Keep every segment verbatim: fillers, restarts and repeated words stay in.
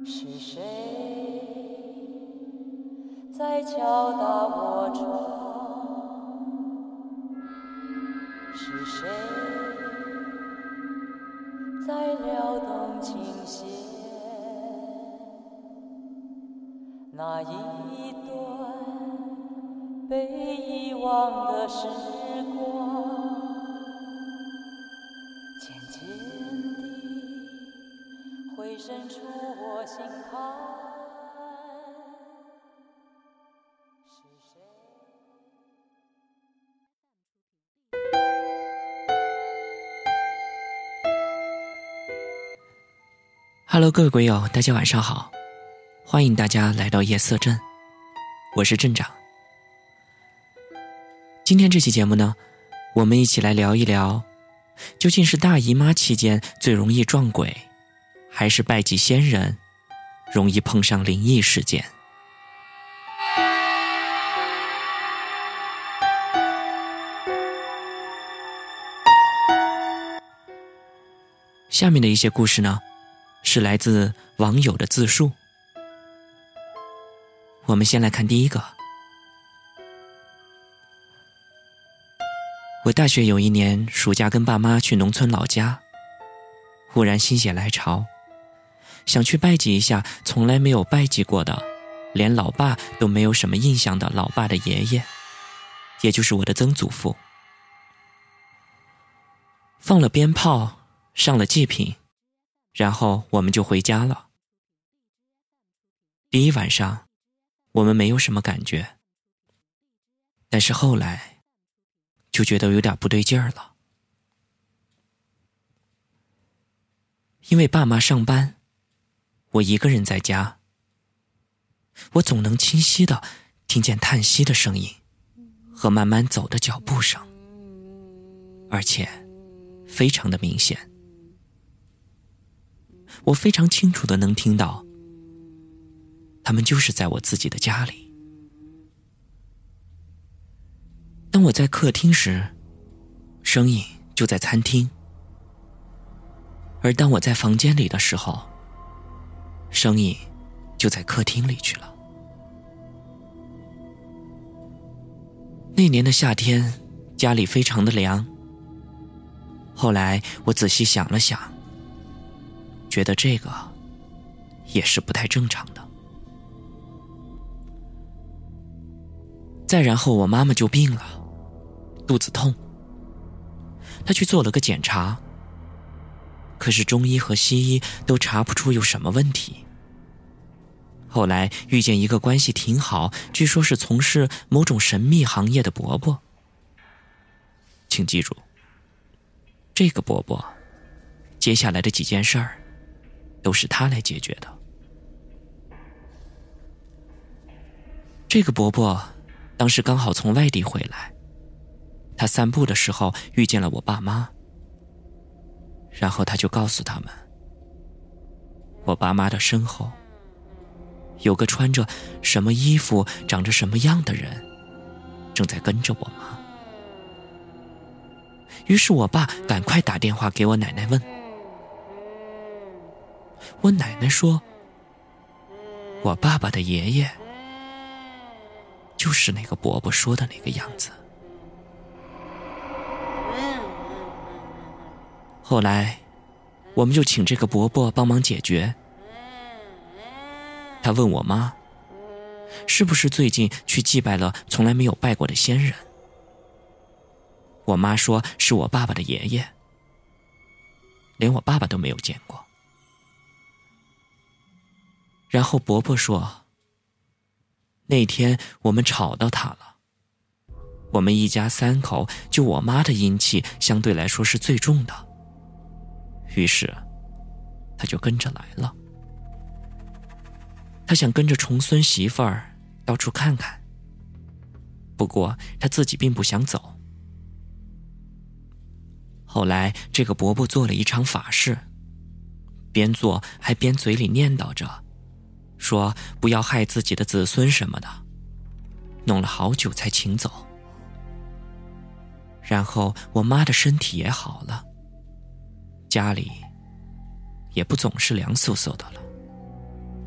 是谁在敲打我窗？是谁在撩动琴弦？那一段被遗忘的时光，渐渐地回渗出我心坎。是谁 Hello， 各位鬼友，大家晚上好，欢迎大家来到夜色镇，我是镇长。今天这期节目呢，我们一起来聊一聊，究竟是大姨妈期间最容易撞鬼，还是拜祭先人容易碰上灵异事件？下面的一些故事呢，是来自网友的自述。我们先来看第一个。我大学有一年暑假跟爸妈去农村老家，忽然心血来潮，想去拜祭一下从来没有拜祭过的，连老爸都没有什么印象的老爸的爷爷，也就是我的曾祖父。放了鞭炮，上了祭品，然后我们就回家了。第一晚上我们没有什么感觉，但是后来就觉得有点不对劲儿了。因为爸妈上班，我一个人在家，我总能清晰地听见叹息的声音和慢慢走的脚步声，而且非常的明显。我非常清楚地能听到，他们就是在我自己的家里。当我在客厅时，声音就在餐厅；而当我在房间里的时候，声音就在客厅里去了。那年的夏天，家里非常的凉。后来我仔细想了想，觉得这个也是不太正常的。再然后我妈妈就病了，肚子痛，她去做了个检查，可是中医和西医都查不出有什么问题。后来遇见一个关系挺好，据说是从事某种神秘行业的伯伯。请记住，这个伯伯接下来的几件事儿都是他来解决的。这个伯伯当时刚好从外地回来，他散步的时候遇见了我爸妈，然后他就告诉他们，我爸妈的身后有个穿着什么衣服长着什么样的人正在跟着我妈。于是我爸赶快打电话给我奶奶问，我奶奶说，我爸爸的爷爷就是那个伯伯说的那个样子。后来我们就请这个伯伯帮忙解决。他问我妈，是不是最近去祭拜了从来没有拜过的先人？我妈说是我爸爸的爷爷，连我爸爸都没有见过。然后伯伯说，那天我们吵到他了，我们一家三口，就我妈的阴气相对来说是最重的，于是他就跟着来了。他想跟着重孙媳妇儿到处看看，不过他自己并不想走。后来这个伯伯做了一场法事，边做还边嘴里念叨着，说不要害自己的子孙什么的，弄了好久才请走。然后我妈的身体也好了，家里也不总是凉飕飕的了。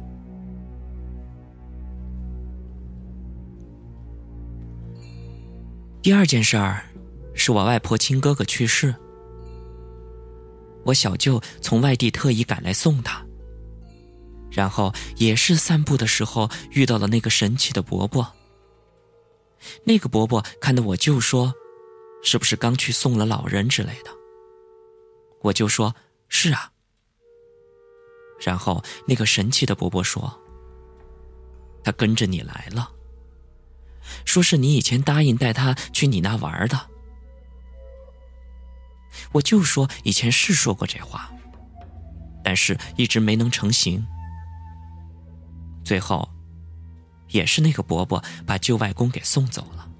第二件事儿是我外婆亲哥哥去世，我小舅从外地特意赶来送他，然后也是散步的时候遇到了那个神奇的伯伯。那个伯伯看到我舅说，是不是刚去送了老人之类的？我就说是啊。然后那个神奇的伯伯说，他跟着你来了，说是你以前答应带他去你那玩的。我就说以前是说过这话，但是一直没能成行。最后也是那个伯伯把舅外公给送走了。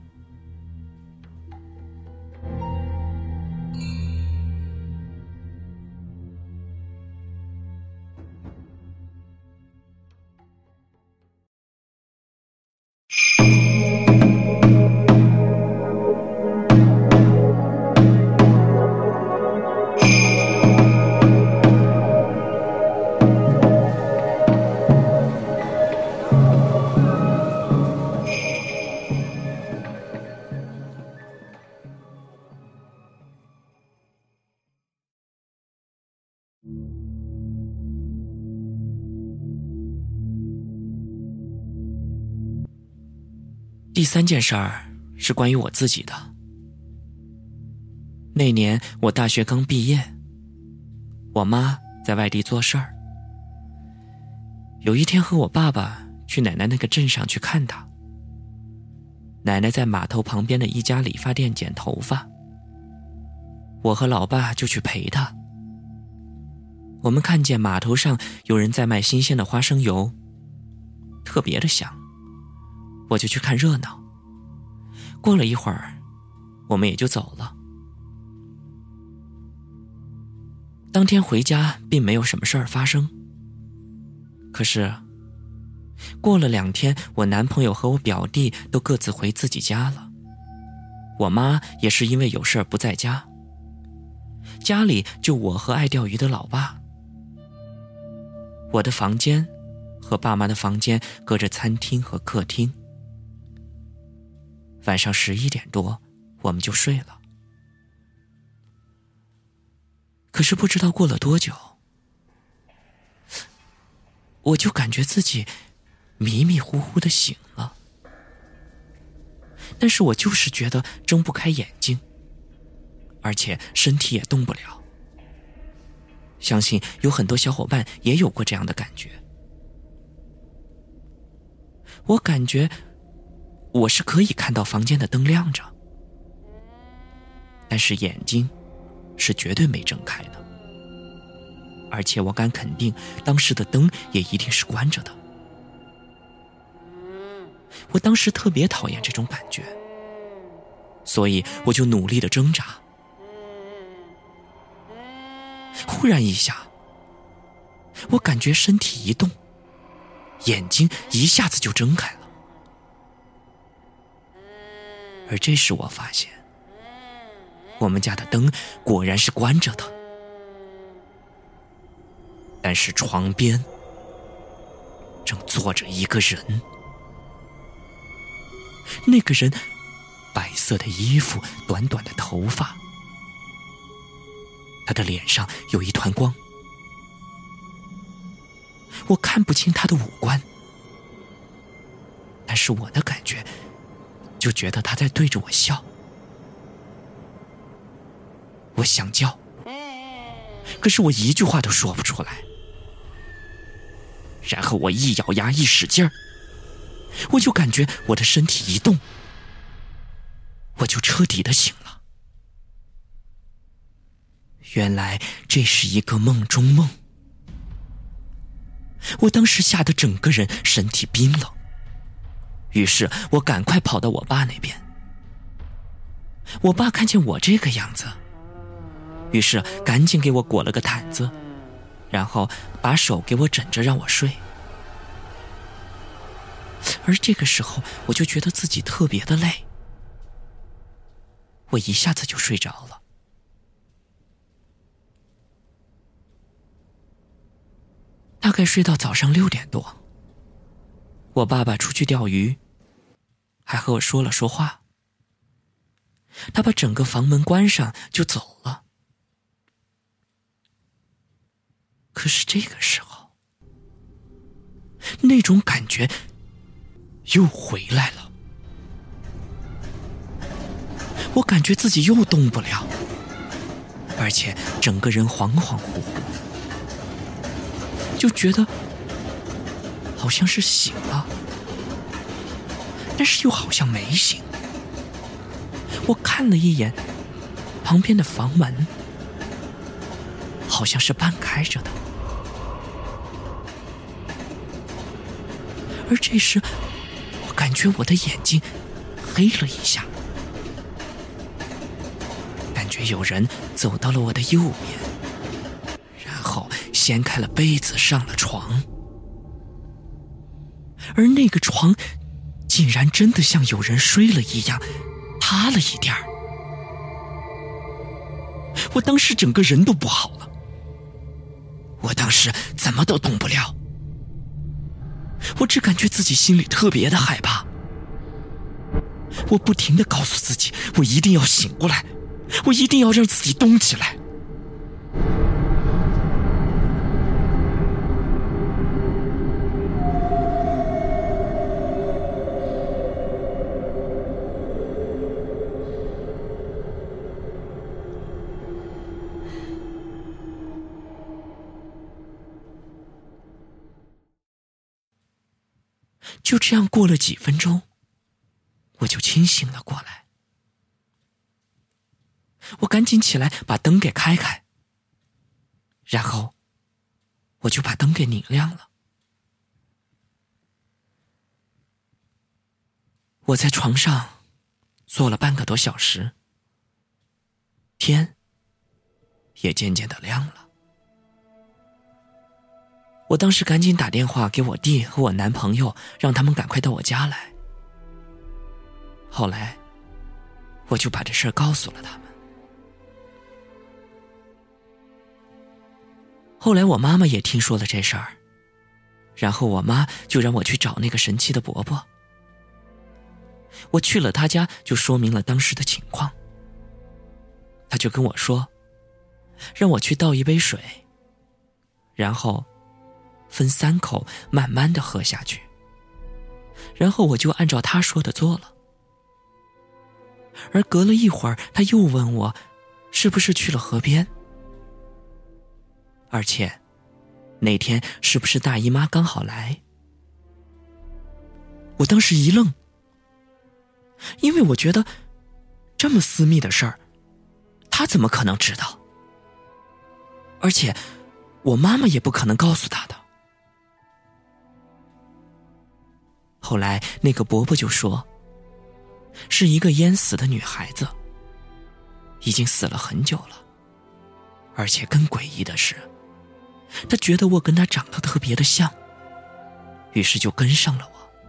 第三件事儿是关于我自己的。那年我大学刚毕业，我妈在外地做事儿。有一天和我爸爸去奶奶那个镇上去看她，奶奶在码头旁边的一家理发店剪头发，我和老爸就去陪她。我们看见码头上有人在卖新鲜的花生油，特别的香，我就去看热闹。过了一会儿，我们也就走了。当天回家并没有什么事儿发生，可是过了两天，我男朋友和我表弟都各自回自己家了，我妈也是因为有事儿不在家，家里就我和爱钓鱼的老爸。我的房间和爸妈的房间隔着餐厅和客厅。晚上十一点多，我们就睡了。可是不知道过了多久，我就感觉自己迷迷糊糊的醒了，但是我就是觉得睁不开眼睛，而且身体也动不了。相信有很多小伙伴也有过这样的感觉。我感觉我是可以看到房间的灯亮着，但是眼睛是绝对没睁开的，而且我敢肯定当时的灯也一定是关着的。我当时特别讨厌这种感觉，所以我就努力的挣扎。忽然一下，我感觉身体一动，眼睛一下子就睁开了。而这时我发现，我们家的灯果然是关着的，但是床边正坐着一个人。那个人白色的衣服，短短的头发，他的脸上有一团光，我看不清他的五官，但是我的感觉就觉得他在对着我笑。我想叫，可是我一句话都说不出来。然后我一咬牙一使劲儿，我就感觉我的身体一动，我就彻底的醒了。原来这是一个梦中梦。我当时吓得整个人身体冰冷，于是我赶快跑到我爸那边。我爸看见我这个样子，于是赶紧给我裹了个毯子，然后把手给我枕着让我睡。而这个时候我就觉得自己特别的累，我一下子就睡着了。大概睡到早上六点多，我爸爸出去钓鱼，还和我说了说话。 他把整个房门关上就走了。可是这个时候，那种感觉又回来了。我感觉自己又动不了，而且整个人恍恍惚惚，就觉得好像是醒了，但是又好像没醒。我看了一眼旁边的房门，好像是半开着的。而这时，我感觉我的眼睛黑了一下，感觉有人走到了我的右边，然后掀开了被子上了床。而那个床竟然真的像有人睡了一样塌了一点儿。我当时整个人都不好了，我当时怎么都动不了，我只感觉自己心里特别的害怕。我不停地告诉自己，我一定要醒过来，我一定要让自己动起来。就这样过了几分钟，我就清醒了过来。我赶紧起来把灯给开开，然后我就把灯给拧亮了。我在床上坐了半个多小时，天也渐渐的亮了。我当时赶紧打电话给我弟和我男朋友，让他们赶快到我家来。后来我就把这事儿告诉了他们。后来我妈妈也听说了这事儿，然后我妈就让我去找那个神奇的伯伯。我去了他家，就说明了当时的情况。他就跟我说，让我去倒一杯水，然后分三口慢慢地喝下去，然后我就按照他说的做了。而隔了一会儿，他又问我是不是去了河边，而且那天是不是大姨妈刚好来。我当时一愣，因为我觉得这么私密的事儿，他怎么可能知道？而且我妈妈也不可能告诉他的。后来那个伯伯就说，是一个淹死的女孩子，已经死了很久了，而且更诡异的是，他觉得我跟他长得特别的像，于是就跟上了我。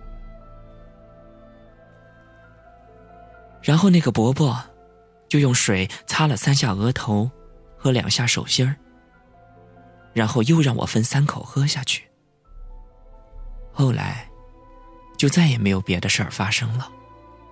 然后那个伯伯就用水擦了三下额头和两下手心儿，然后又让我分三口喝下去。后来就再也没有别的事儿发生了。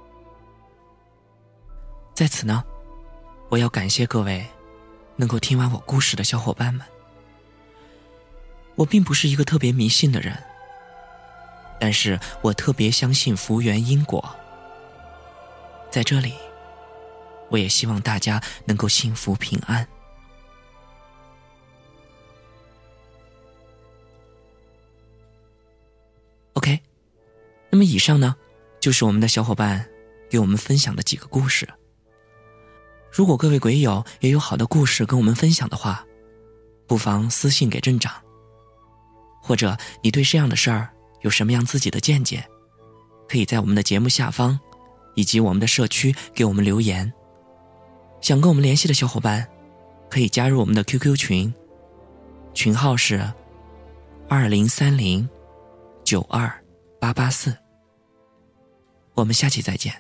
在此呢，我要感谢各位能够听完我故事的小伙伴们。我并不是一个特别迷信的人，但是我特别相信福缘因果。在这里，我也希望大家能够幸福平安。OK， 那么以上呢，就是我们的小伙伴给我们分享的几个故事。如果各位鬼友也有好的故事跟我们分享的话，不妨私信给镇长，或者你对这样的事儿有什么样自己的见解，可以在我们的节目下方以及我们的社区给我们留言。想跟我们联系的小伙伴可以加入我们的 Q Q 群，群号是二零三零九二八八四。我们下期再见。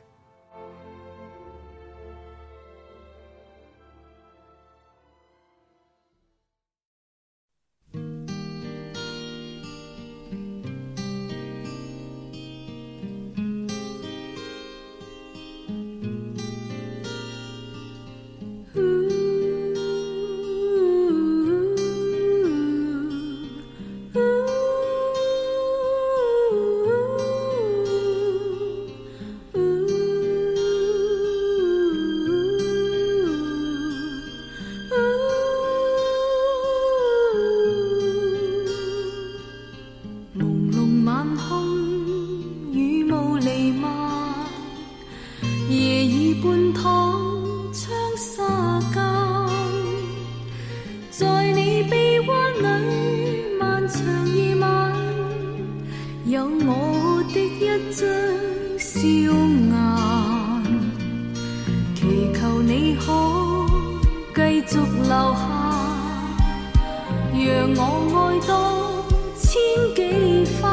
让我愛多千幾番，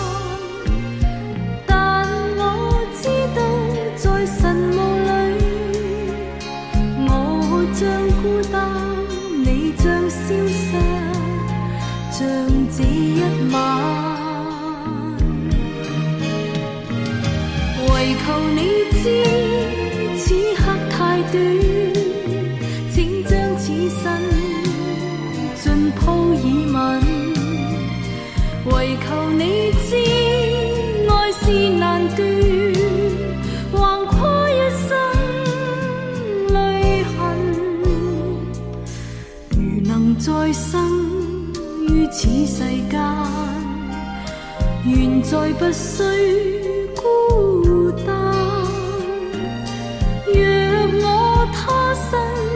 但我知道在神霧裏，我將孤單，你將消失，像這一晚。唯求你知，此刻太短，請將此生盡鋪以吻。唯求你知，愛是難斷，橫跨一生淚痕。如能再生於此世間，願再不需孤單。若我他生